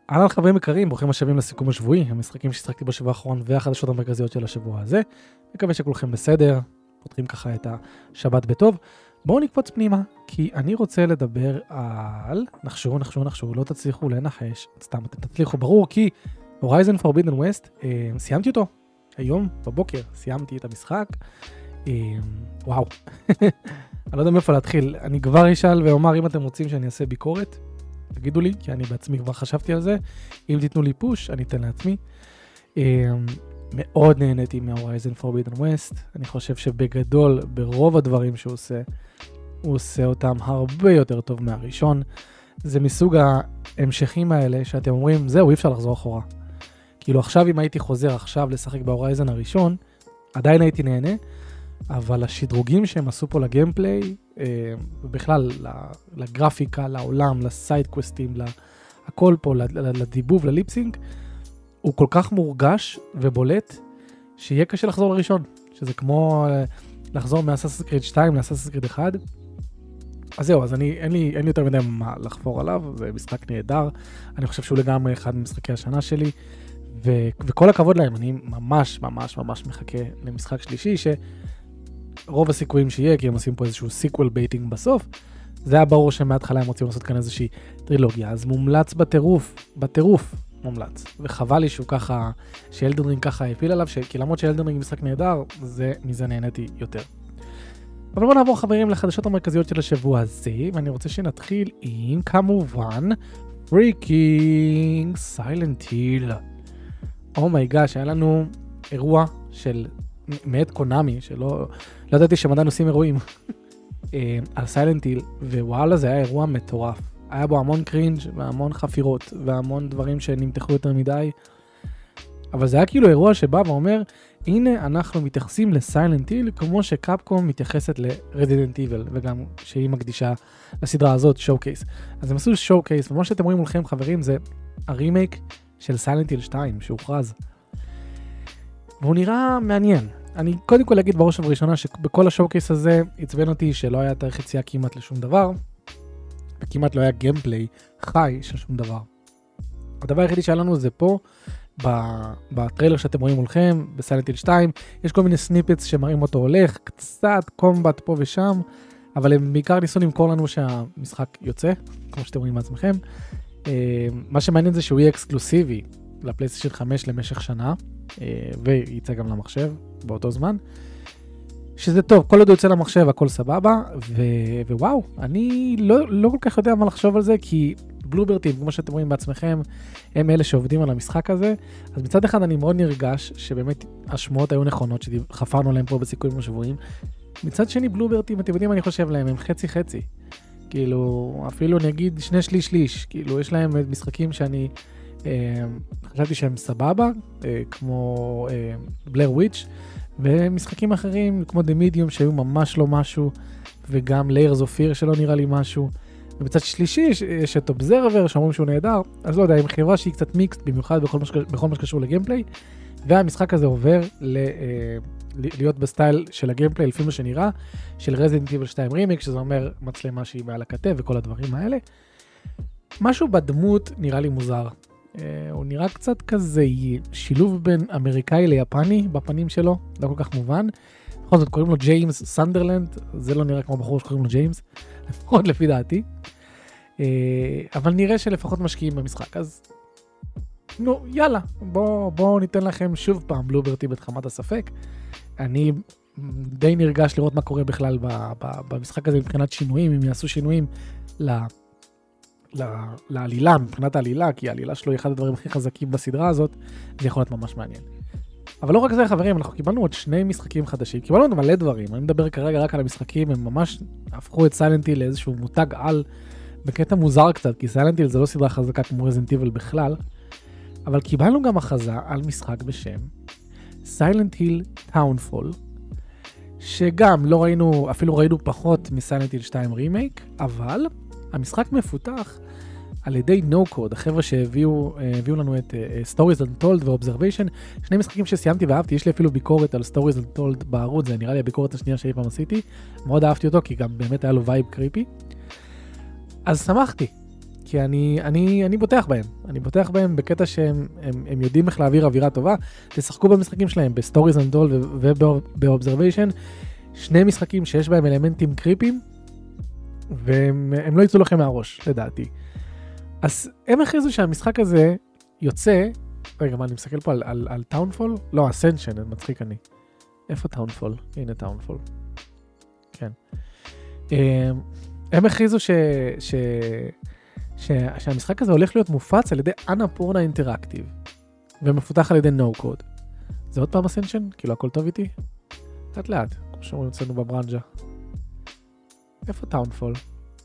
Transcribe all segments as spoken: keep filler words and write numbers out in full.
אהלן חברים יקרים, ברוכים השבים לסיכום השבועי, המשחקים שהשחקתי בשבוע האחרון והחדשות המרכזיות של השבוע הזה. מקווה שכולכם בסדר, פותחים ככה את השבת בטוב. בואו נקפוץ פנימה, כי אני רוצה לדבר על... נחשו, נחשו, נחשו, לא תצליחו לנחש, סתם אתם תצליחו, ברור, כי Horizon Forbidden West, אה, סיימתי אותו, היום בבוקר סיימתי את המשחק. אה, וואו, אני לא יודע מאיפה להתחיל, אני כבר אשאל ואומר אם אתם רוצים שאני אעשה ביקורת, תגידו לי, כי אני בעצמי כבר חשבתי על זה. אם תיתנו לי פוש, אני אתן לעצמי. מאוד נהניתי מה-Horizon Forbidden West. אני חושב שבגדול, ברוב הדברים שהוא עושה, הוא עושה אותם הרבה יותר טוב מהראשון. זה מסוג ההמשכים האלה שאתם אומרים, זהו, אי אפשר לחזור אחורה. כאילו עכשיו אם הייתי חוזר עכשיו לשחק ב-Horizon הראשון, עדיין הייתי נהנה, אבל השדרוגים שהם עשו פה לגיימפליי, ובכלל לגרפיקה, לעולם, לסייד קווסטים, הכל פה, לדיבוב, לליפסינג, הוא כל כך מורגש ובולט, שיהיה קשה לחזור לראשון, שזה כמו לחזור מאסאסינס קריד שתיים לאסאסינס קריד אחד. אז זהו, אז אני, אין לי, אין לי יותר מדי מה לחפור עליו, זה משחק נהדר, אני חושב שהוא לגמרי אחד ממשחקי השנה שלי, ו- וכל הכבוד להם, אני ממש ממש ממש מחכה למשחק שלישי, ש... רוב הסיכויים שיהיה, כי הם עושים פה איזשהו סיקוול בייטינג בסוף, זה היה ברור שמההתחלה הם רוצים לעשות כאן איזושהי טרילוגיה, אז מומלץ בטירוף, בטירוף מומלץ, וחבל לי שהוא ככה, שאלדן רינג ככה הפיל עליו, ש... כי למרות שאלדן רינג משחק נהדר, זה, מזה נהניתי יותר. אבל בואו נעבור חברים לחדשות המרכזיות של השבוע הזה, ואני רוצה שנתחיל עם כמובן, פריקינג סיילנט היל. אומייגאש, היה לנו אירוע של... מאת קונאמי, שלא לא ידעתי שהם עדיין עושים אירועים, על סיילנט היל, ווואלה זה היה אירוע מטורף. היה בו המון קרינג' והמון חפירות, והמון דברים שנמתחו יותר מדי, אבל זה היה כאילו אירוע שבא ואומר, הנה אנחנו מתייחסים לסיילנט היל, כמו שקאפקום מתייחסת לרזידנט איבל, וגם שהיא מקדישה לסדרה הזאת, שואו-קייס. אז הם עשו שואו-קייס, ומה שאתם רואים מולכם חברים, זה הרימייק של סיילנט היל שתיים, שהוכרז. והוא נראה מעניין. אני קודם כל אגיד בראש ובראשונה שבכל השואו-קייס הזה עצבן אותי שלא היה תאריך יציאה כמעט לשום דבר, וכמעט לא היה גיימפליי חי של שום דבר. הדבר היחידי שהיה לנו זה פה, בטריילר שאתם רואים מולכם, בסיילנט היל שתיים, יש כל מיני סניפטס שמראים אותו הולך, קצת קומבט פה ושם, אבל הם בעיקר ניסו למכור לנו שהמשחק יוצא, כמו שאתם רואים מעצמכם. מה שמעניין זה שהוא יהיה אקסקלוסיבי לפלייסטיישן חמש למשך שנה, וייצא גם למחשב באותו זמן, שזה טוב, כל עוד יוצא למחשב הכל סבבה, ו- ווואו, אני לא, לא כל כך יודע מה לחשוב על זה, כי בלוברטים, כמו שאתם רואים בעצמכם, הם אלה שעובדים על המשחק הזה, אז מצד אחד אני מאוד נרגש, שבאמת השמועות היו נכונות, שחפרנו עליהם פה בסיכויים השבועיים, מצד שני בלוברטים, אתם יודעים מה אני חושב להם, הם חצי חצי, כאילו, אפילו נגיד שני שליש שליש, כאילו יש להם משחקים שאני, חשבתי שהם סבבה, כמו בלר וויץ', ומשחקים אחרים כמו The Medium שהיו ממש לא משהו, וגם Layers of Fear שלא נראה לי משהו, ובצד שלישי יש את Observer שאומרים שהוא נהדר, אז לא יודע, עם חברה שהיא קצת מיקסט, במיוחד בכל מה, בכל מה שקשור לגיימפליי, והמשחק הזה עובר ל, להיות בסטייל של הגיימפליי לפי מה שנראה, של Resident Evil שתיים רימיק, שזה אומר מצלמה שהיא מעל הכתב וכל הדברים האלה. משהו בדמות נראה לי מוזר. Uh, הוא נראה קצת כזה שילוב בין אמריקאי ליפני בפנים שלו, לא כל כך מובן. בכל זאת קוראים לו ג'יימס סנדרלנד, זה לא נראה כמו בחור שקוראים לו ג'יימס, לפחות לפי דעתי. Uh, אבל נראה שלפחות משקיעים במשחק, אז נו יאללה, בואו בוא ניתן לכם שוב פעם בלוברטי בתחמת הספק. אני די נרגש לראות מה קורה בכלל ב- ב- במשחק הזה מבחינת שינויים, אם יעשו שינויים ל... לעלילה, מבחינת העלילה, כי העלילה שלו היא אחד הדברים הכי חזקים בסדרה הזאת, זה יכול להיות ממש מעניין. אבל לא רק זה חברים, אנחנו קיבלנו עוד שני משחקים חדשים, קיבלנו עוד מלא דברים, אני מדבר כרגע רק על המשחקים, הם ממש הפכו את סיילנט היל לאיזשהו מותג על, בקטע מוזר קצת, כי סיילנט היל זה לא סדרה חזקה כמו רזידנט איבל בכלל, אבל קיבלנו גם הכרזה על משחק בשם סיילנט היל טאונפול, שגם לא ראינו, אפילו ראינו פחות מסיילנט היל שתיים רימייק, אבל המשחק מפותח על ידי No-Code, החבר'ה שהביאו הביאו לנו את uh, Stories Untold ו-Observation, שני משחקים שסיימתי ואהבתי, יש לי אפילו ביקורת על Stories Untold בערוץ, זה נראה לי הביקורת השנייה שאי פעם עשיתי, מאוד אהבתי אותו, כי גם באמת היה לו וייב קריפי. אז שמחתי, כי כי אני, אני, אני בוטח בהם. אני בוטח בהם בקטע שהם הם, הם יודעים איך להעביר אווירה טובה. תשחקו במשחקים שלהם, ב-Stories Untold וב-Observation, שני משחקים שיש בהם אלמנטים קריפיים, והם הם לא יצאו לכם מהראש, לדעתי. אז הם הכריזו שהמשחק הזה יוצא, רגע, מה, אני מסתכל פה על, על, על Townfall? לא, Ascension, מצחיק אני. איפה Townfall? הנה Townfall. כן. הם הכריזו ש, ש, ש, שהמשחק הזה הולך להיות מופץ על ידי אנפורנה אינטראקטיב, ומפותח על ידי No-Code. זה עוד פעם Ascension? כאילו הכל טוב איתי? קצת לאט, כמו שאומרים אצלנו בברנג'ה. איפה Townfall?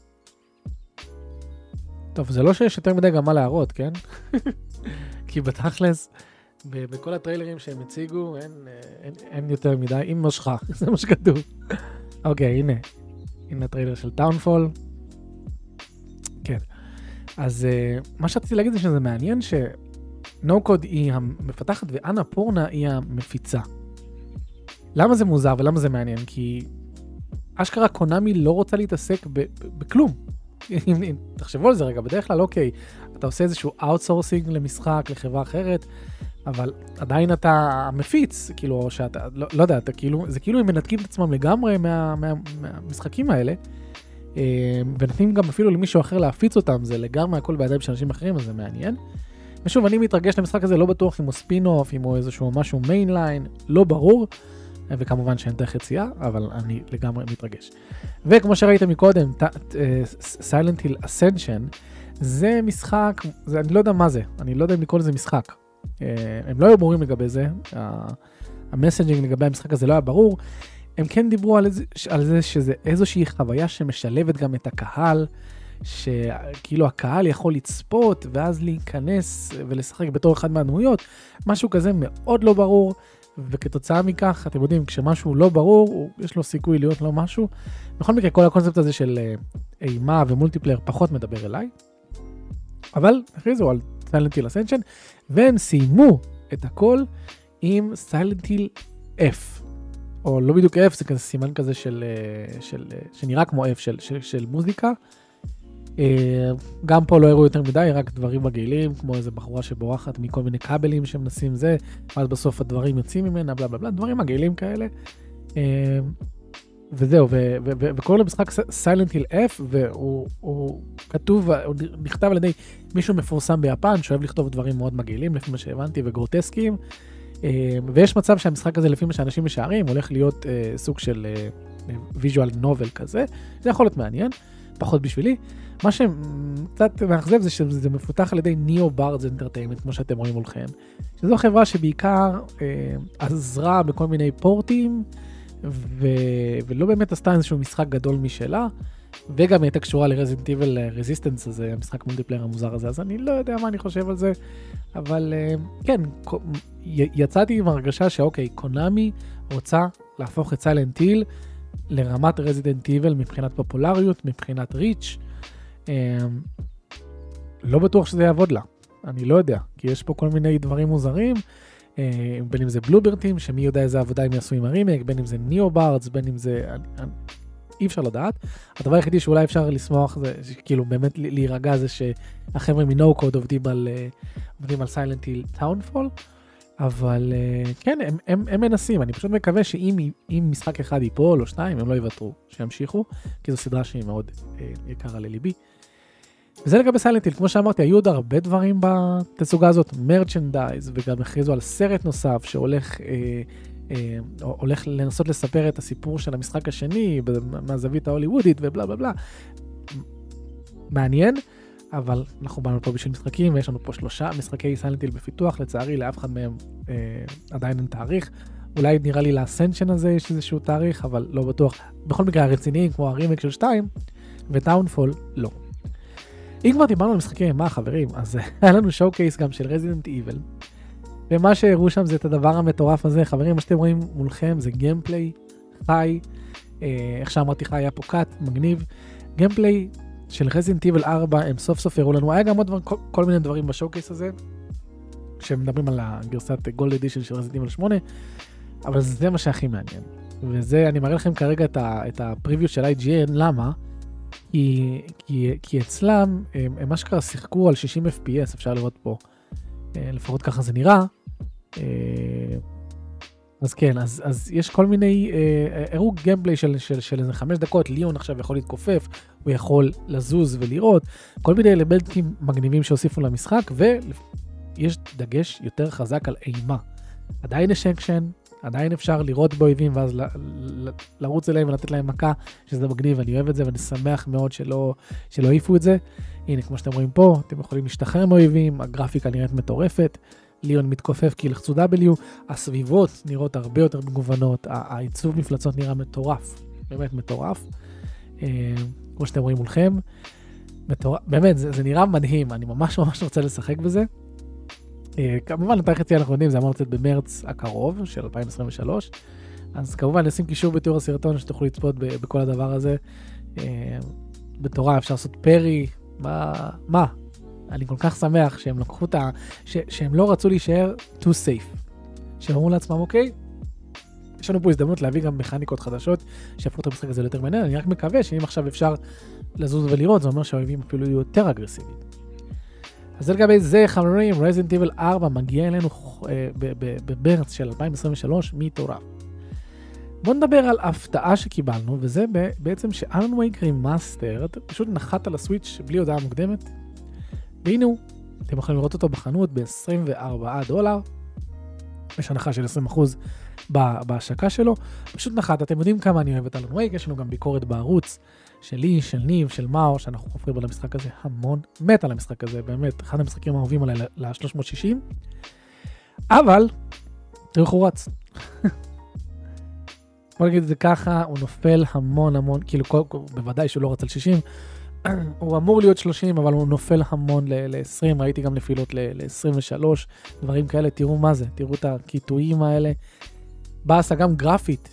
טוב, זה לא שיש יותר מדי גם מה להראות, כן? כי בתכלס, בכל הטריילרים שהם הציגו, אין, אין, אין יותר מדי, עם משכה, זה מה שכתוב. אוקיי, הנה. הנה הטריילר של Townfall. כן. אז uh, מה שרציתי להגיד זה שזה מעניין ש-No-Code היא המפתחת ואנפורנה היא המפיצה. למה זה מוזר ולמה זה מעניין? כי אשכרה קונאמי לא רוצה להתעסק ב- ב- בכלום. אם, אם תחשבו על זה רגע, בדרך כלל אוקיי, אתה עושה איזשהו אאוטסורסינג למשחק, לחברה אחרת, אבל עדיין אתה מפיץ, כאילו, שאתה, לא, לא יודע, אתה כאילו, זה כאילו הם מנתקים את עצמם לגמרי מה, מה, מהמשחקים האלה, ונותנים גם אפילו למישהו אחר להפיץ אותם, זה לגמרי הכל בידיים של אנשים אחרים, אז זה מעניין. ושוב, אני מתרגש למשחק הזה, לא בטוח אם הוא ספין-אוף, אם הוא איזשהו משהו מיינליין, לא ברור, וכמובן שאין תחת יציאה, אבל אני לגמרי מתרגש. וכמו שראיתם מקודם, Silent Hill Ascension, זה משחק, זה, אני לא יודע מה זה, אני לא יודע אם לקרוא לזה משחק. הם לא היו ברורים לגבי זה, המסנג'ינג לגבי המשחק הזה לא היה ברור, הם כן דיברו על זה, על זה שזה איזושהי חוויה שמשלבת גם את הקהל, שכאילו הקהל יכול לצפות ואז להיכנס ולשחק בתור אחד מהדמויות, משהו כזה מאוד לא ברור, וכתוצאה מכך, אתם יודעים, כשמשהו לא ברור, יש לו סיכוי להיות לא משהו. בכל מקרה, כל הקונספט הזה של אימה ומולטיפלייר פחות מדבר אליי, אבל הכריזו על Silent Hill Ascension, והם סיימו את הכל עם Silent Hill F, או לא בדיוק F, זה כזה סימן כזה של, של, שנראה כמו F של, של, של מוזיקה. גם פה לא הראו יותר מדי, רק דברים מגעילים, כמו איזה בחורה שבורחת מכל מיני כבלים שמנסים זה, ואז בסוף הדברים יוצאים ממנה, בלה בלה בלה, דברים מגעילים כאלה. וזהו, וקוראים למשחק Silent Hill F, והוא כתוב, הוא נכתב על ידי מישהו מפורסם ביפן, שאוהב לכתוב דברים מאוד מגעילים, לפי מה שהבנתי, וגרוטסקיים, ויש מצב שהמשחק הזה, לפי מה שאנשים משערים, הולך להיות סוג של ויז'ואל נובל כזה, זה יכול להיות מעניין, פחות בשבילי. מה שקצת מאכזב זה שזה מפותח על ידי ניאו בארדס אנטרטיימנט, כמו שאתם רואים מולכם, שזו חברה שבעיקר עזרה בכל מיני פורטים, ו... ולא באמת עשתה איזשהו משחק גדול משלה, וגם הייתה קשורה ל-Resident Evil Resistance הזה, המשחק מולטיפלייר המוזר הזה, אז אני לא יודע מה אני חושב על זה, אבל כן, יצאתי עם הרגשה שאוקיי, קונאמי רוצה להפוך את Silent Hill לרמת Resident Evil מבחינת פופולריות, מבחינת ריץ', לא בטוח שזה יעבוד לה, אני לא יודע, כי יש פה כל מיני דברים מוזרים, בין אם זה בלוברטים, שמי יודע איזה עבודה הם יעשו עם הרימק, בין אם זה ניאו בארדס, בין אם זה... אי אפשר לדעת. הדבר היחידי שאולי אפשר לשמוח, זה כאילו באמת להירגע זה שהחבר'ה מ-No-Code עובדים על, עובדים על Silent Hill Townfall, אבל כן, הם, הם, הם מנסים. אני פשוט מקווה שאם אם משחק אחד ייפול או שניים, הם לא יוותרו, שימשיכו, כי זו סדרה שהיא מאוד יקרה לליבי. וזה לגבי סיילנט היל, כמו שאמרתי, היו עוד הרבה דברים בתצוגה הזאת, מרצ'נדייז, וגם הכריזו על סרט נוסף שהולך אה, אה, הולך לנסות לספר את הסיפור של המשחק השני, מהזווית ההוליוודית ובלה בלה בלה. מעניין, אבל אנחנו באנו פה בשביל משחקים, ויש לנו פה שלושה משחקי סיילנט היל בפיתוח, לצערי לאף אחד מהם אה, עדיין אין תאריך, אולי נראה לי לאסנשן הזה יש איזשהו תאריך, אבל לא בטוח. בכל מקרה הרציניים, כמו הרימק של שתיים, וטאונפול, לא. אם כבר דיברנו על משחקים אימה, חברים, אז היה לנו שואו קייס גם של Resident Evil, ומה שהראו שם זה את הדבר המטורף הזה, חברים, מה שאתם רואים מולכם זה גיימפליי חי, איך שאמרתי חי, היה פה קאט, מגניב, גיימפליי של Resident Evil ארבע, הם סוף סוף הראו לנו, היה גם עוד דבר, כל, כל מיני דברים בשואו קייס הזה, שמדברים על הגרסת גולד אדישן של Resident Evil שמונה, אבל זה מה שהכי מעניין, וזה, אני מראה לכם כרגע את, ה, את הפריוויו של איי ג'י אן, למה? כי, כי, כי אצלם הם, הם אשכרה שיחקו על שישים אף פי אס, אפשר לראות פה, לפחות ככה זה נראה. אז כן, אז, אז יש כל מיני, הראו גיימפליי של, של, של איזה חמש דקות, ליאון עכשיו יכול להתכופף, הוא יכול לזוז ולראות, כל מיני אלמנטים מגניבים שהוסיפו למשחק, ויש דגש יותר חזק על אימה. עדיין יש אקשן, עדיין אפשר לראות באויבים, ואז ל, ל, לרוץ אליהם ולתת להם מכה, שזה מגניב, אני אוהב את זה, ואני שמח מאוד שלא, שלא העיפו את זה. הנה, כמו שאתם רואים פה, אתם יכולים להשתחרר מאויבים, הגרפיקה נראית מטורפת, ליאון מתכופף כי לחצו W, הסביבות נראות הרבה יותר מגוונות, העיצוב מפלצות נראה מטורף, באמת מטורף, כמו שאתם רואים מולכם, מטורף, באמת, זה, זה נראה מדהים, אני ממש ממש רוצה לשחק בזה. כמובן, נתן חצי אנחנו יודעים, זה אמור לצאת במרץ הקרוב של אלפיים עשרים ושלוש, אז כמובן נשים קישור בתיאור הסרטון שתוכלו לצפות בכל הדבר הזה, בתורה אפשר לעשות פרי, מה, מה? אני כל כך שמח שהם לקחו את ה... ש... שהם לא רצו להישאר too safe. שהם אמרו לעצמם, אוקיי, יש לנו פה הזדמנות להביא גם מכניקות חדשות, שהפכו את המשחק הזה ליותר מעניין, אני רק מקווה שאם עכשיו אפשר לזוז ולראות, זה אומר שהאויבים אפילו יהיו יותר אגרסיביים. אז לגבי זה, חברים, Resident Evil ארבע מגיע אלינו במרץ של אלפיים עשרים ושלוש מטורף. בואו נדבר על הפתעה שקיבלנו, וזה בעצם שאלן וייק רימאסטרד פשוט נחת על הסוויץ' בלי הודעה מוקדמת, והנה הוא, אתם יכולים לראות אותו בחנות ב-עשרים וארבעה דולר, יש הנחה של עשרים אחוז בהשקה שלו, פשוט נחת, אתם יודעים כמה אני אוהב את אלן וייק, יש לנו גם ביקורת בערוץ שלי, של ניב, של מאור, שאנחנו חופרים על המשחק הזה המון, מת על המשחק הזה, באמת, אחד המשחקים האהובים עליי ל-שלוש מאות שישים, אבל, תראו איך הוא רץ. בוא נגיד את זה ככה, הוא נופל המון המון, כאילו כל, בוודאי שהוא לא רץ על שישים, הוא אמור להיות שלושים, אבל הוא נופל המון ל-עשרים, ראיתי גם נפילות ל-עשרים ושלוש, דברים כאלה, תראו מה זה, תראו את הכיתויים האלה, באסה גם גרפית,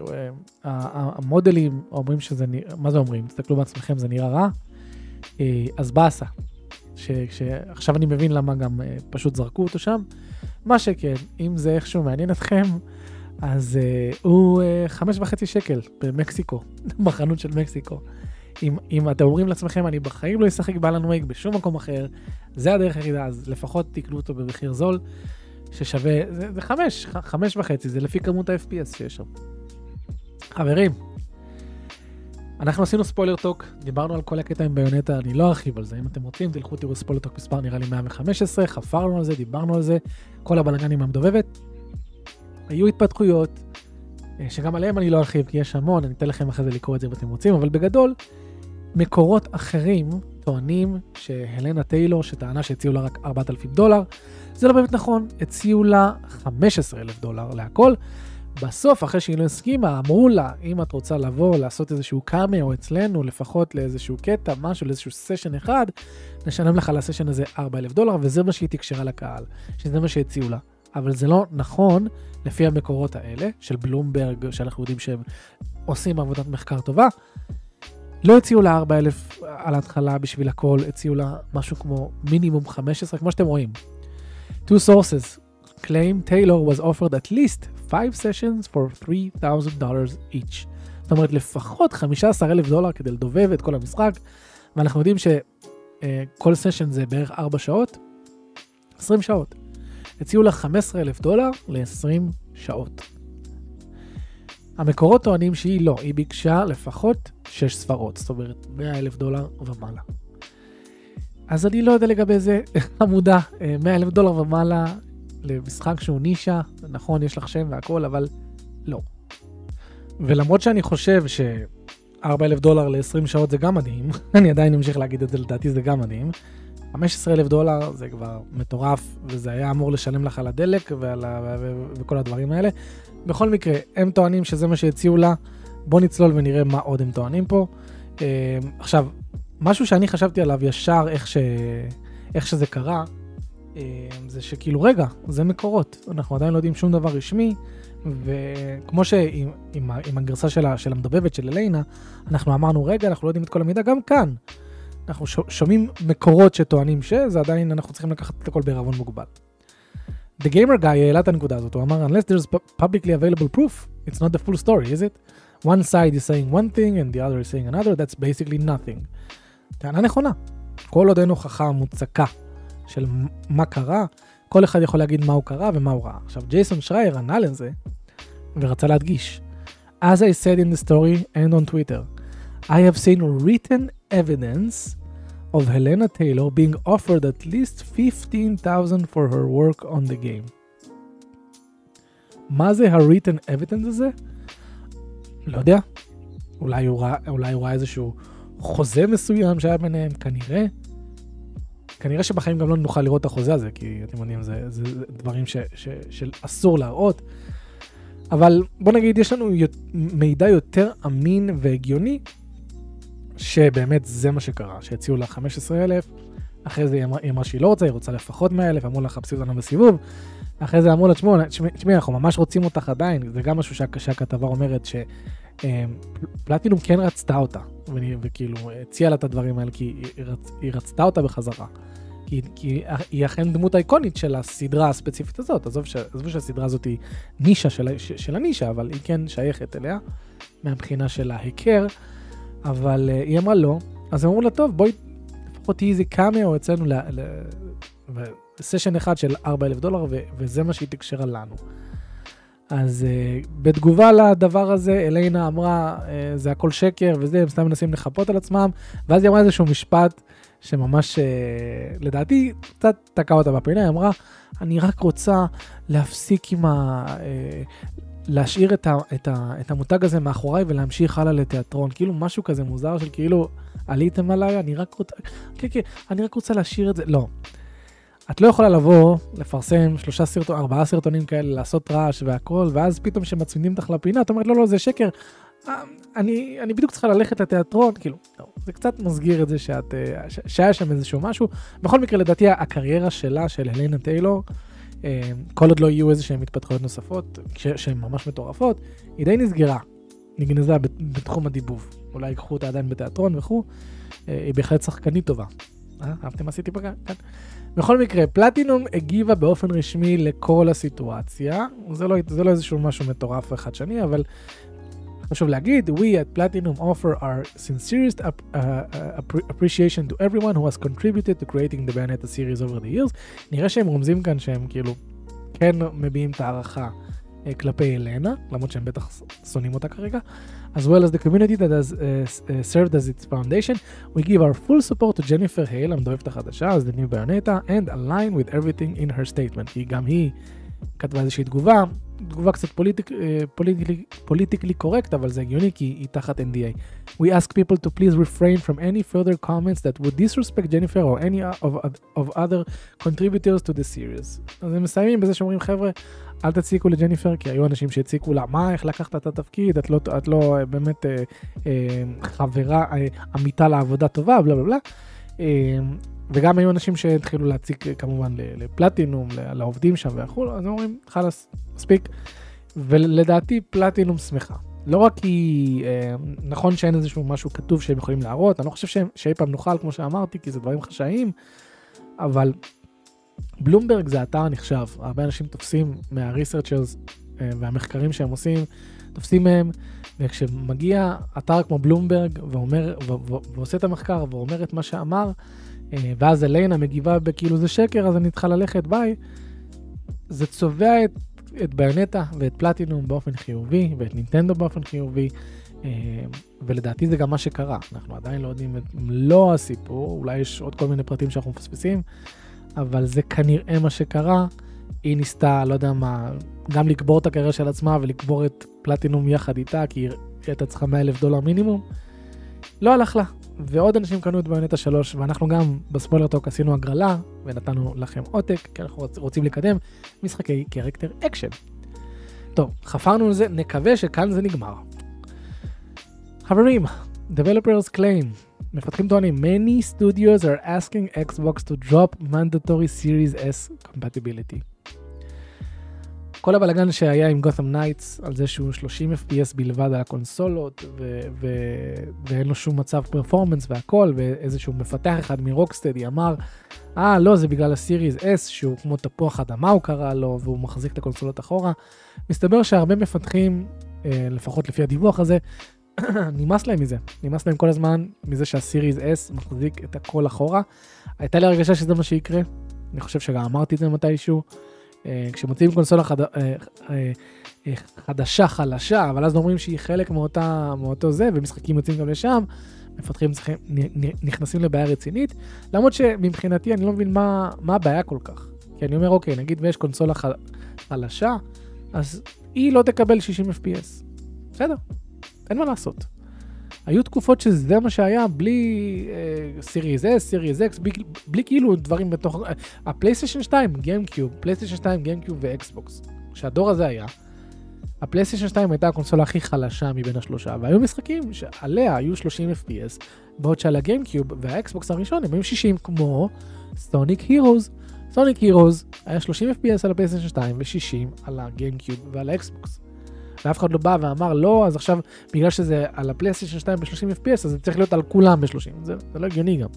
המודלים אומרים שזה, מה זה אומרים? תסתכלו בעצמכם, זה נראה רע, אז באסה, שעכשיו אני מבין למה גם פשוט זרקו אותו שם, מה שכן, אם זה איכשהו מעניין אתכם, אז הוא חמש וחצי שקל במקסיקו, בחנות של מקסיקו. אם, אם אתם אומרים לעצמכם, אני בחיים לא אשחק באלן וייק בשום מקום אחר, זה הדרך היחידה, אז לפחות תקנו אותו במחיר זול, ששווה, זה, זה חמש, חמש וחצי, זה לפי כמות ה-אף פי אס שיש שם. חברים, אנחנו עשינו ספוילר טוק, דיברנו על כל הקטע עם ביונטה, אני לא ארחיב על זה, אם אתם רוצים, תלכו תראו ספוילר טוק מספר, נראה לי מאה וחמש עשרה, חפרנו על זה, דיברנו על זה, כל הבלגנים המדובבת, היו התפתחויות, שגם עליהם אני לא ארחיב, כי יש המון, אני אתן לכם אחרי זה לקרוא את זה אם אתם רוצים, אבל בגדול, מקורות אחרים טוענים שהלנה טיילור, שטענה שהציעו לה רק ארבעת אלפים דולר, זה לא באמת נכון, הציעו לה חמישה עשר אלף דולר להכל, בסוף, אחרי שהיא לא הסכימה, אמרו לה, אם את רוצה לבוא, לעשות איזשהו קאמאו אצלנו, לפחות לאיזשהו קטע, משהו, לאיזשהו סשן אחד, נשלם לך על הסשן הזה ארבעה אלף דולר, וזה מה שהיא תקשרה לקהל, שזה מה שהציעו לה. אבל זה לא נכון, לפי המקורות האלה, של בלומברג, שאנחנו יודעים שהם עושים עבודת מחקר טובה, לא הציעו לה ארבעה אלף על ההתחלה בשביל הכל, הציעו לה משהו כמו מינימום חמש עשרה, כמו שאתם רואים. Two sources claim Taylor was offered at least five sessions for three thousand dollars each. זאת אומרת, לפחות חמישה עשר אלף דולר כדי לדובב את כל המשחק, ואנחנו יודעים שכל סשן זה בערך ארבע שעות, עשרים שעות. הציעו לה חמישה עשר אלף דולר ל-עשרים שעות. המקורות טוענים שהיא לא, היא ביקשה לפחות שש ספרות, זאת אומרת מאה אלף דולר ומעלה. אז אני לא יודע לגבי זה, עמודה, מאה אלף דולר ומעלה למשחק שהוא נישה, נכון, יש לך שם והכל, אבל לא. ולמרות שאני חושב ש-ארבעה אלף דולר ל-עשרים שעות זה גם מדהים, אני עדיין אמשיך להגיד את זה, לדעתי זה גם מדהים, חמישה עשר אלף דולר זה כבר מטורף, וזה היה אמור לשלם לך על הדלק ועל ה... ו... וכל הדברים האלה. בכל מקרה, הם טוענים שזה מה שהציעו לה, בוא נצלול ונראה מה עוד הם טוענים פה. עכשיו, משהו שאני חשבתי עליו ישר איך, ש... איך שזה קרה, זה שכאילו רגע, זה מקורות, אנחנו עדיין לא יודעים שום דבר רשמי, וכמו שעם עם, עם הגרסה של, של המדובבת של אליינה, אנחנו אמרנו רגע, אנחנו לא יודעים את כל המידע, גם כאן. אנחנו שומעים מקורות שטוענים שזה, עדיין אנחנו צריכים לקחת את הכל בערבון מוגבל. The Gamer Guy העלה את הנקודה הזאת, הוא אמר, unless there's publicly available proof, it's not the full story, is it? one side is saying one thing and the other is saying another, that's basically nothing. טענה נכונה. כל עוד אין הוכחה מוצקה של מה קרה, כל אחד יכול להגיד מה הוא קרה ומה הוא ראה. עכשיו, ג'ייסון שרייר ענה לזה, ורצה להדגיש. As I said in the story and on Twitter, I have seen written evidence of Helena Taylor being offered at least fifteen thousand for her work on the game. מה זה ה-written evidence הזה? לא יודע. אולי הוא ראה, אולי הוא ראה איזשהו חוזה מסוים שהיה ביניהם, כנראה. כנראה שבחיים גם לא נוכל לראות את החוזה הזה, כי אתם יודעים, זה, זה, זה דברים ש, ש, שאסור להראות. אבל בוא נגיד, יש לנו מידע יותר אמין והגיוני, שבאמת זה מה שקרה, שהציעו לה חמישה עשר אלף, אחרי זה היא אמרה שהיא לא רוצה, היא רוצה לפחות מאה אלף, אמרו לה חפשי אותנו בסיבוב, אחרי זה אמרו לה, תשמעי, אנחנו ממש רוצים אותך עדיין, זה גם משהו שהכתבה אומרת, שפלטינום כן רצתה אותה, וכאילו הציעה לה את הדברים האלה, כי היא רצתה אותה בחזרה, כי היא אכן דמות אייקונית של הסדרה הספציפית הזאת, עזוב שהסדרה הזאת היא נישה של הנישה, אבל היא כן שייכת אליה, מהבחינה של ההיכר, אבל היא אמרה לא, אז הם אמרו לה, טוב, בואי, לפחות תהי איזה קאמאו אצלנו לסשן אחד של ארבעה אלף דולר, וזה מה שהיא תקשרה לנו. אז uh, בתגובה לדבר הזה, אליינה אמרה, uh, זה הכל שקר וזה, הם סתם מנסים לחפות על עצמם, ואז היא אמרה איזשהו משפט שממש, uh, לדעתי, קצת תקע אותה בפינה, היא אמרה, אני רק רוצה להפסיק עם ה... Uh, להשאיר את, ה, את, ה, את המותג הזה מאחוריי ולהמשיך הלאה לתיאטרון, כאילו משהו כזה מוזר של כאילו, עליתם עליי, אני רק רוצה, כן, כן, אני רק רוצה להשאיר את זה, לא. את לא יכולה לבוא, לפרסם שלושה סרטון, ארבעה סרטונים כאלה, לעשות רעש והכל, ואז פתאום שמצמידים אותך לפינה, את אומרת, לא, לא, זה שקר, אני, אני בדיוק צריכה ללכת לתיאטרון, כאילו, לא, זה קצת מסגיר את זה שאת, שהיה שם איזשהו משהו, בכל מקרה, לדעתי, הקריירה שלה, של הלנה טיילור, כל עוד לא יהיו איזה שהן התפתחויות נוספות, שהן ממש מטורפות, היא די נסגרה, נגנזה בתחום הדיבוב. אולי ייקחו אותה עדיין בתיאטרון וכו', היא בהחלט שחקנית טובה. אה? אהבתם מה עשיתי כאן? בכל מקרה, פלטינום הגיבה באופן רשמי לכל הסיטואציה, זה לא, זה לא איזשהו משהו מטורף אחד שני, אבל חשוב להגיד, we at Platinum offer our sincerest uh, uh, appreciation to everyone who has contributed to creating the Bayonetta series over the years. נראה שהם רומזים כאן שהם כאילו כן מביאים את הערכה uh, כלפי אלנה, למרות שהם בטח שונאים אותה כרגע, as well as the community that has uh, uh, served as its foundation. We give our full support to Jennifer Hale, המדובבת החדשה, as the new Bayonetta, and align with everything in her statement. כי גם היא כתבה איזושהי תגובה, תגובה קצת פוליטיקלי קורקט, אבל זה הגיוני כי היא תחת אן די איי. We ask people to please refrain from any further comments that would disrespect Jennifer or any of, of other contributors to the series. אז הם מסיימים בזה שאומרים, חבר'ה, אל תציקו לג'ניפר, כי היו אנשים שהציקו לה, מה, איך לקחת את התפקיד, את לא, את לא באמת אה, אה, חברה, אה, עמיתה לעבודה טובה, בלה בלה בלה. אה, וגם היו אנשים שהתחילו להציק כמובן לפלטינום, לעובדים שם והכול, אז הם אומרים, חלס, מספיק. ולדעתי פלטינום שמחה. לא רק כי אה, נכון שאין איזשהו משהו כתוב שהם יכולים להראות, אני לא חושב שאי פעם נוכל, כמו שאמרתי, כי זה דברים חשאיים, אבל בלומברג זה אתר נחשב. הרבה אנשים תופסים מה-researchers אה, והמחקרים שהם עושים, תופסים מהם, וכשמגיע אתר כמו בלומברג ואומר, ו- ו- ועושה את המחקר ואומר את מה שאמר, ואז אליינה מגיבה בכאילו זה שקר, אז אני צריכה ללכת, ביי. זה צובע את, את ביונטה ואת פלטינום באופן חיובי, ואת נינטנדו באופן חיובי, ולדעתי זה גם מה שקרה. אנחנו עדיין לא יודעים את מלוא הסיפור, אולי יש עוד כל מיני פרטים שאנחנו מפספסים, אבל זה כנראה מה שקרה. היא ניסתה, לא יודע מה, גם לקבור את הקריירה של עצמה, ולקבור את פלטינום יחד איתה, כי היא הייתה צריכה מאה אלף דולר מינימום. לא הלך לה. ועוד אנשים קנו את ביונטה שלוש, ואנחנו גם בספוילר טוק עשינו הגרלה, ונתנו לכם עותק, כי אנחנו רוצים לקדם משחקי קרקטר אקשן. טוב, חפרנו על זה, נקווה שכאן זה נגמר. חברים, developers claim, מפתחים טוענים, many studios are asking Xbox to drop mandatory Series S compatibility. כל הבלגן שהיה עם Gotham Knights, על זה שהוא שלושים אף פי אס בלבד על הקונסולות, ו- ו- ואין לו שום מצב פרפורמנס והכל, ואיזשהו מפתח אחד מרוקסטדי אמר, אה, לא, זה בגלל הסיריז S, שהוא כמו תפוח אדמה הוא קרא לו, והוא מחזיק את הקונסולות אחורה. מסתבר שהרבה מפתחים לפחות לפי הדיווח הזה, נמאס להם מזה, נמאס להם כל הזמן מזה שהסיריז S מחזיק את הכל אחורה. הייתה לי הרגשה שזה מה שיקרה, אני חושב שגם אמרתי את זה מתישהו, כשמוצאים קונסולה חד... חדשה, חלשה, אבל אז אומרים שהיא חלק מאותה, מאותו זה, ומשחקים יוצאים גם לשם, מפתחים צריכים, נכנסים לבעיה רצינית, למרות שמבחינתי אני לא מבין מה, מה הבעיה כל כך. כי אני אומר, אוקיי, נגיד ויש קונסולה ח... חלשה, אז היא לא תקבל שישים אף פי אס. בסדר, אין מה לעשות. היו תקופות שזה מה שהיה, בלי סיריז S, סיריז X, בלי, בלי כאילו דברים בתוך... הפלייסטיישן שתיים, גיימקיוב, פלייסטיישן שתיים, גיימקיוב ואקסבוקס. כשהדור הזה היה, הפלייסטיישן שתיים הייתה הקונסולה הכי חלשה מבין השלושה, והיו משחקים שעליה היו שלושים אף פי אס, בעוד שעל הגיימקיוב והאקסבוקס הראשון הם היו שישים, כמו סוניק הירוז. סוניק הירוז היה שלושים אף פי אס על הפלייסטיישן שתיים ו-שישים על הגיימקיוב ועל האקסבוקס. ואף אחד לא בא ואמר לא, אז עכשיו בגלל שזה על הפלייסטיישן שתיים ב-שלושים אף פי אס, אז זה צריך להיות על כולם ב-שלושים, זה, זה לא הגיוני גם.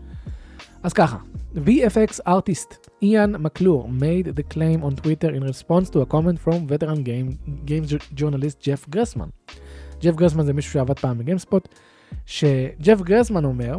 אז ככה, וי אף אקס artist Ian McClure made the claim on Twitter in response to a comment from veteran game, games journalist Jeff Gressman. ג'ף גרסמן זה מישהו שעבד פעם בגיימספוט, שג'ף גרסמן אומר,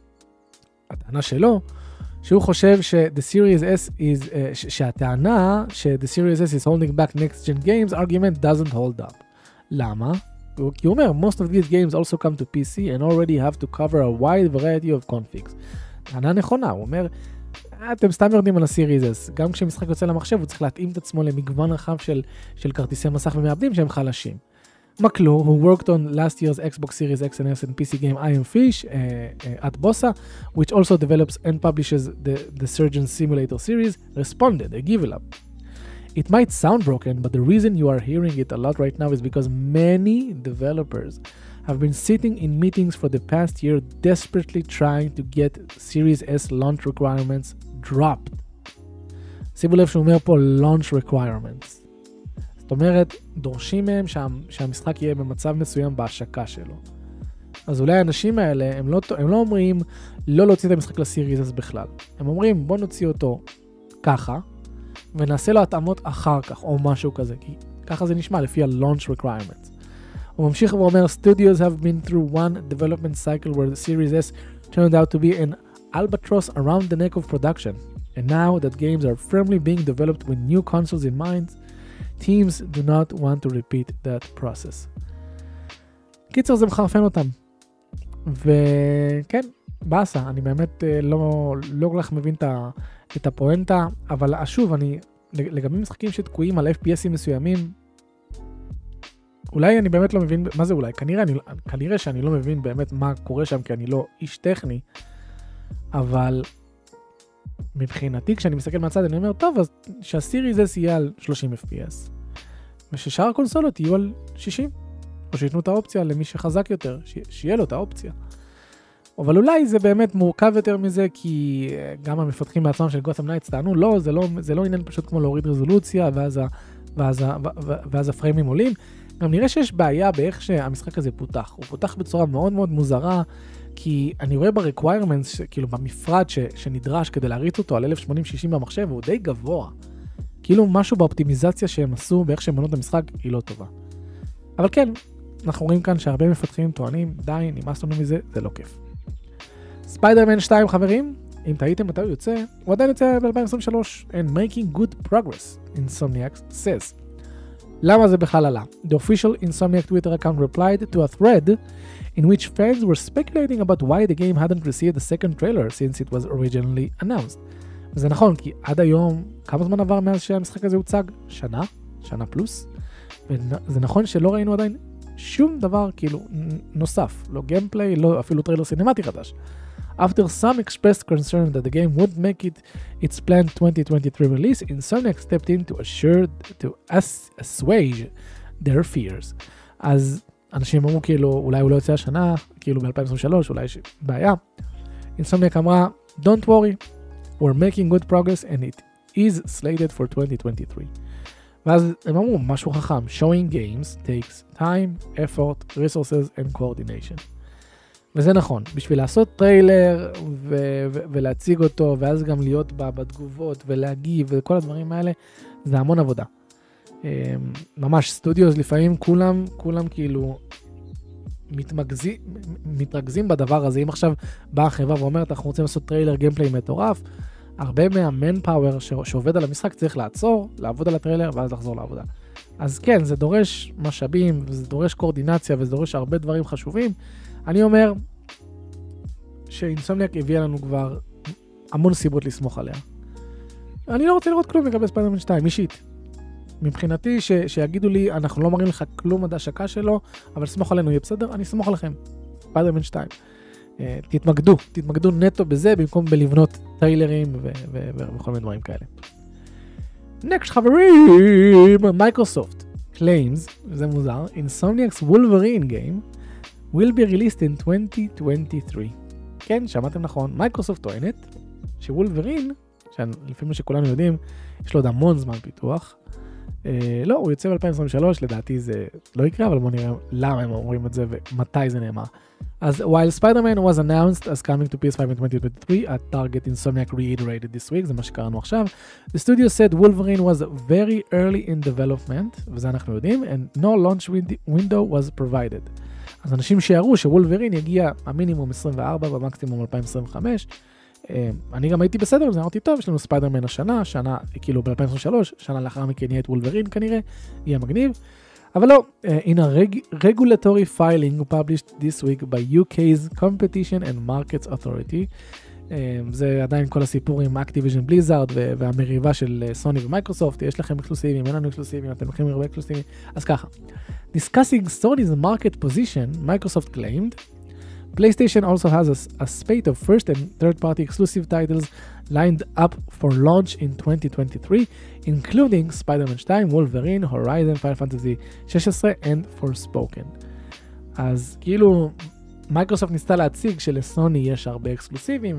הטענה שלו, שהוא חושב ש-The Series S is, uh, ש- שהטענה ש-The Series S is holding back next gen games argument doesn't hold up. למה? כי הוא אומר, most of these games also come to פי סי and already have to cover a wide variety of configs. טענה נכונה, הוא אומר, אתם סתם יורדים על ה-Series S, גם כשמשחק יוצא למחשב הוא צריך להתאים את עצמו למגוון רחב של, של כרטיסי מסך ומעבדים שהם חלשים. McClure, who worked on last year's Xbox Series X and S and פי סי game I Am Fish uh, uh, at Bossa, which also develops and publishes the, the Surgeon Simulator series, responded, a give it up. It might sound broken, but the reason you are hearing it a lot right now is because many developers have been sitting in meetings for the past year desperately trying to get Series S launch requirements dropped. שימו לב שהוא אומר פה launch requirements. זאת אומרת, דורשים מהם שה, שהמשחק יהיה במצב מסוים בהשקה שלו. אז אולי האנשים האלה, הם לא, הם לא אומרים לא להוציא את המשחק לסיריז אז בכלל. הם אומרים בוא נוציא אותו ככה, ונעשה לו התאמות אחר כך, או משהו כזה, כי ככה זה נשמע לפי ה-launch requirements. הוא ממשיך ואומר, Studios have been through one development cycle where the Series S turned out to be an albatross around the neck of production. And now that games are firmly being developed with new consoles in mind, teams do not want to repeat that process. קיצר זה מחרפן אותם. וכן, באסה, אני באמת לא, לא כל כך מבין את הפואנטה, אבל שוב, אני, לגבי משחקים שתקועים על אף פי אסים מסוימים, אולי אני באמת לא מבין, מה זה אולי? כנראה, אני, כנראה שאני לא מבין באמת מה קורה שם, כי אני לא איש טכני, אבל מבחינתי, כשאני מסתכל מהצד, אני אומר, טוב, אז שהסיריז S יהיה על שלושים אף פי אס, וששאר הקונסולות יהיו על שישים, או שיתנו את האופציה למי שחזק יותר, ש... שיהיה לו את האופציה. אבל אולי זה באמת מורכב יותר מזה, כי גם המפתחים בעצמם של גותם נייטס טענו, לא, זה לא, זה לא עניין פשוט כמו להוריד רזולוציה, ואז, ה... ואז, ה... ואז הפריימים עולים. גם נראה שיש בעיה באיך שהמשחק הזה פותח. הוא פותח בצורה מאוד מאוד מוזרה, כי אני רואה ב-requirements, כאילו במפרד ש, שנדרש כדי להריץ אותו על אלף שמונים שישים במחשב, הוא די גבוה. כאילו משהו באופטימיזציה שהם עשו, באיך שהם בנו את המשחק, היא לא טובה. אבל כן, אנחנו רואים כאן שהרבה מפתחים טוענים, די, נמאס לנו מזה, זה לא כיף. ספיידרמן שתיים, חברים, אם טעיתם מתי הוא יוצא, הוא עדיין יוצא ב-אלפיים עשרים ושלוש, and making good progress, Insomniac says. למה זה בכלל עלה? The official Insomniac Twitter account replied to a thread in which fans were speculating about why the game hadn't received a second trailer since it was originally announced. וזה נכון, כי עד היום, כמה זמן עבר מאז שהמשחק הזה הוצג? שנה? שנה פלוס? וזה נכון שלא ראינו עדיין שום דבר כאילו נוסף, לא גיימפליי, לא אפילו טריילר סינמטי חדש. After some expressed concern that the game would make it its planned twenty twenty-three release, Insomniac stepped in to assure to assuage their fears. אז אנשים אמרו כאילו, אולי הוא לא יוצא השנה, כאילו ב-אלפיים עשרים ושלוש, אולי יש בעיה. Insomniac אמרה, don't worry, we're making good progress and it is slated for twenty twenty-three. ואז הם אמרו משהו חכם, showing games takes time, effort, resources and coordination. וזה נכון, בשביל לעשות טריילר ו- ו- ולהציג אותו, ואז גם להיות בה בתגובות ולהגיב וכל הדברים האלה, זה המון עבודה. ממש סטודיוס לפעמים כולם, כולם כאילו מתמגזים, מתרכזים בדבר הזה. אם עכשיו באה החברה ואומרת, אנחנו רוצים לעשות טריילר גיימפליי מטורף, הרבה מהמן פאוור שעובד על המשחק צריך לעצור, לעבוד על הטריילר ואז לחזור לעבודה. אז כן, זה דורש משאבים, וזה דורש קואורדינציה, וזה דורש הרבה דברים חשובים. אני אומר שאינסומניאק הביאה לנו כבר המון סיבות לסמוך עליה. אני לא רוצה לראות כלום לגבי ספיידרמן שתיים, אישית. מבחינתי, ש- שיגידו לי, אנחנו לא מראים לך כלום עד ההשקה שלו, אבל סמוך עלינו, יהיה בסדר, אני סמוך עליכם. ספיידרמן שתיים. Uh, תתמקדו, תתמקדו נטו בזה, במקום בלבנות טיילרים ו- ו- ו- וכל מיני דברים כאלה. נקסט חברים, מייקרוסופט claims, זה מוזר, Insomniac's Wolverine game will be released in twenty twenty-three. כן, שמעתם נכון, מייקרוסופט טוענת שוולברין, לפי מה שכולנו יודעים, יש לו עוד המון זמן פיתוח. אה, לא, הוא יוצא ב-אלפיים עשרים ושלוש, לדעתי זה לא יקרה, אבל בואו נראה למה הם אומרים את זה ומתי זה נאמר. אז while Spider-Man was announced as coming to פי אס פייב in twenty twenty-three, a target Insomniac reiterated this week, זה מה שקראנו עכשיו. The studio said Wolverine was very early in development, וזה אנחנו יודעים, and no launch window was provided. אז אנשים שיערו שוולברין יגיע המינימום עשרים וארבע, במקסימום אלפיים עשרים וחמש. אני גם הייתי בסדר, זה אמרתי טוב, יש לנו ספיידרמן השנה, שנה, כאילו ב-אלפיים עשרים ושלוש, שנה לאחר מכן יהיה את וולברין כנראה, יהיה מגניב. אבל לא, in a reg- regulatory filing published this week by יו קיי's Competition and Markets Authority, זה עדיין כל הסיפור עם Activision Blizzard והמריבה של סוני ומייקרוסופט, יש לכם אקסקלוסיבים, אין לנו אקסקלוסיבים, אתם לוקחים הרבה אקסקלוסיבים, אז ככה. Discussing Sony's market position, Microsoft claimed, PlayStation also has a, a spate of first and third-party exclusive titles lined up for launch in twenty twenty-three, including Spider-Man two, Wolverine, Horizon, Final Fantasy sixteen and Forspoken. אז כאילו, מייקרוסופט ניסתה להציג שלסוני יש הרבה אקסקלוסיבים,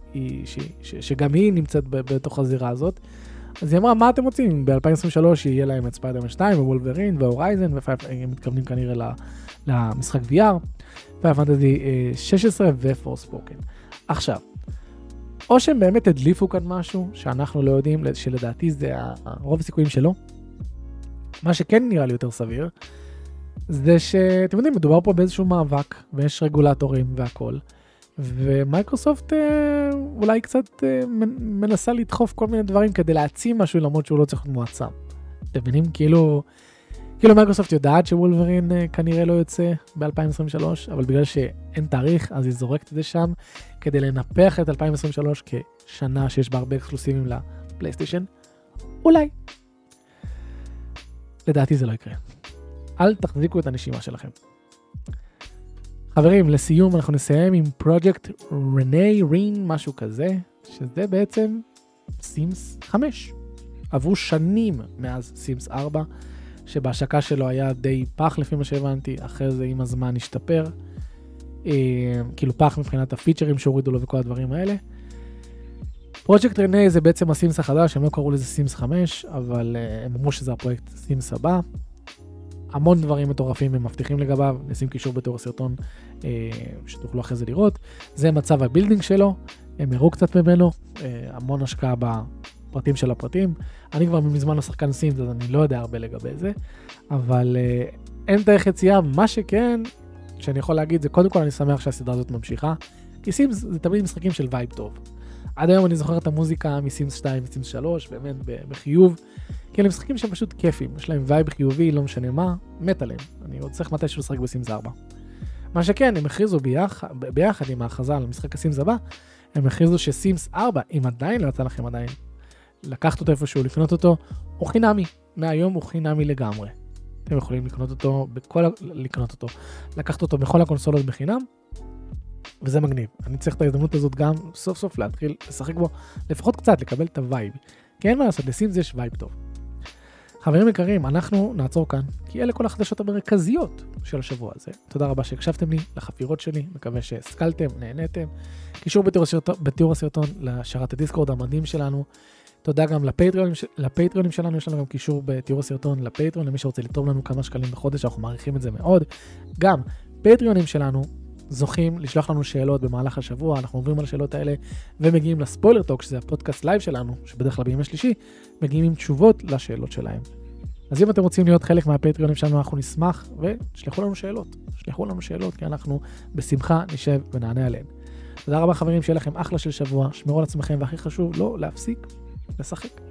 ושגם היא נמצאת בתוך הזירה הזאת. אז היא אמרה, מה אתם רוצים? ב-אלפיים עשרים ושלוש יהיה להם את ספיידרמן שתיים, ווולברין, והורייזן, והם מתכוונים כנראה למשחק וי אר, פיינל פנטזי שש עשרה ופורספוקן. עכשיו, או שהם באמת הדליפו כאן משהו שאנחנו לא יודעים, שלדעתי זה הרוב הסיכויים שלו. מה שכן נראה לי יותר סביר, זה שאתם יודעים, מדובר פה באיזשהו מאבק, ויש רגולטורים והכל, ומייקרוסופט אה, אולי קצת אה, מנסה לדחוף כל מיני דברים כדי להעצים משהו, למרות שהוא לא צריך להיות מועצם. אתם מבינים? כאילו, כאילו מייקרוסופט יודעת שוולברין אה, כנראה לא יוצא ב-אלפיים עשרים ושלוש, אבל בגלל שאין תאריך, אז היא זורקת את זה שם, כדי לנפח את אלפיים עשרים ושלוש כשנה שיש בה הרבה אקסקלוסיבים לפלייסטיישן. אולי. לדעתי זה לא יקרה. אל תחזיקו את הנשימה שלכם. חברים, לסיום אנחנו נסיים עם פרויקט רני רין, משהו כזה, שזה בעצם סימס חמש. עברו שנים מאז סימס ארבע, שבהשקה שלו היה די פח לפי מה שהבנתי, אחרי זה עם הזמן השתפר, אה, כאילו פח מבחינת הפיצ'רים שהורידו לו וכל הדברים האלה. פרויקט רני זה בעצם הסימס החדש, הם לא קראו לזה סימס חמש, אבל אה, הם אמרו שזה הפרויקט סימס הבא. המון דברים מטורפים הם מבטיחים לגביו, נשים קישור בתיאור הסרטון אה, שתוכלו אחרי זה לראות. זה מצב הבילדינג שלו, הם הראו קצת ממנו, אה, המון השקעה בפרטים של הפרטים. אני כבר מזמן לא שחקן סימס, אז אני לא יודע הרבה לגבי זה, אבל אה, אין דרך יציאה. מה שכן, שאני יכול להגיד, זה קודם כל אני שמח שהסדרה הזאת ממשיכה, כי סימס זה תמיד משחקים של וייב טוב. עד היום אני זוכר את המוזיקה מסימס שתיים וסימס שלוש, באמת בחיוב, כי אלה משחקים שהם פשוט כיפים, יש להם וייב חיובי, לא משנה מה, מת עליהם. אני עוד צריך מתישהו לשחק בסימס ארבע. מה שכן, הם הכריזו ביחד, ביחד עם ההכרזה על המשחק הסימס הבא, הם הכריזו שסימס ארבע, אם עדיין לא יצא לכם עדיין, לקחת אותו איפשהו, לקנות אותו, הוא חינמי. מהיום הוא חינמי לגמרי. אתם יכולים לקנות אותו, בכל, לקנות אותו, לקחת אותו בכל הקונסולות בחינם, וזה מגניב. אני צריך את ההזדמנות הזאת גם סוף סוף להתחיל לשחק בו, לפחות קצת, לקבל את הווייב. כי אין מה לעשות, לסימס יש וייב טוב. חברים יקרים, אנחנו נעצור כאן, כי אלה כל החדשות המרכזיות של השבוע הזה. תודה רבה שהקשבתם לי, לחפירות שלי, מקווה שהשכלתם, נהניתם. קישור בתיאור הסרטון, בתיאור הסרטון לשרת הדיסקורד המדהים שלנו. תודה גם לפטריונים, לפטריונים שלנו, יש לנו גם קישור בתיאור הסרטון לפטריון, למי שרוצה לתרום לנו כמה שקלים בחודש, אנחנו מעריכים את זה מאוד. גם פטריונים שלנו זוכים לשלוח לנו שאלות במהלך השבוע, אנחנו עוברים על השאלות האלה ומגיעים לספוילר טוק, שזה הפודקאסט לייב שלנו, שבדרך כלל בימי שלישי, מגיעים עם תשובות לשאלות שלהם. אז אם אתם רוצים להיות חלק מהפטריונים שלנו, אנחנו נשמח, ושלחו לנו שאלות. שלחו לנו שאלות, כי אנחנו בשמחה נשב ונענה עליהן. תודה רבה חברים, שיהיה לכם אחלה של שבוע, שמרו על עצמכם, והכי חשוב, לא להפסיק לשחק.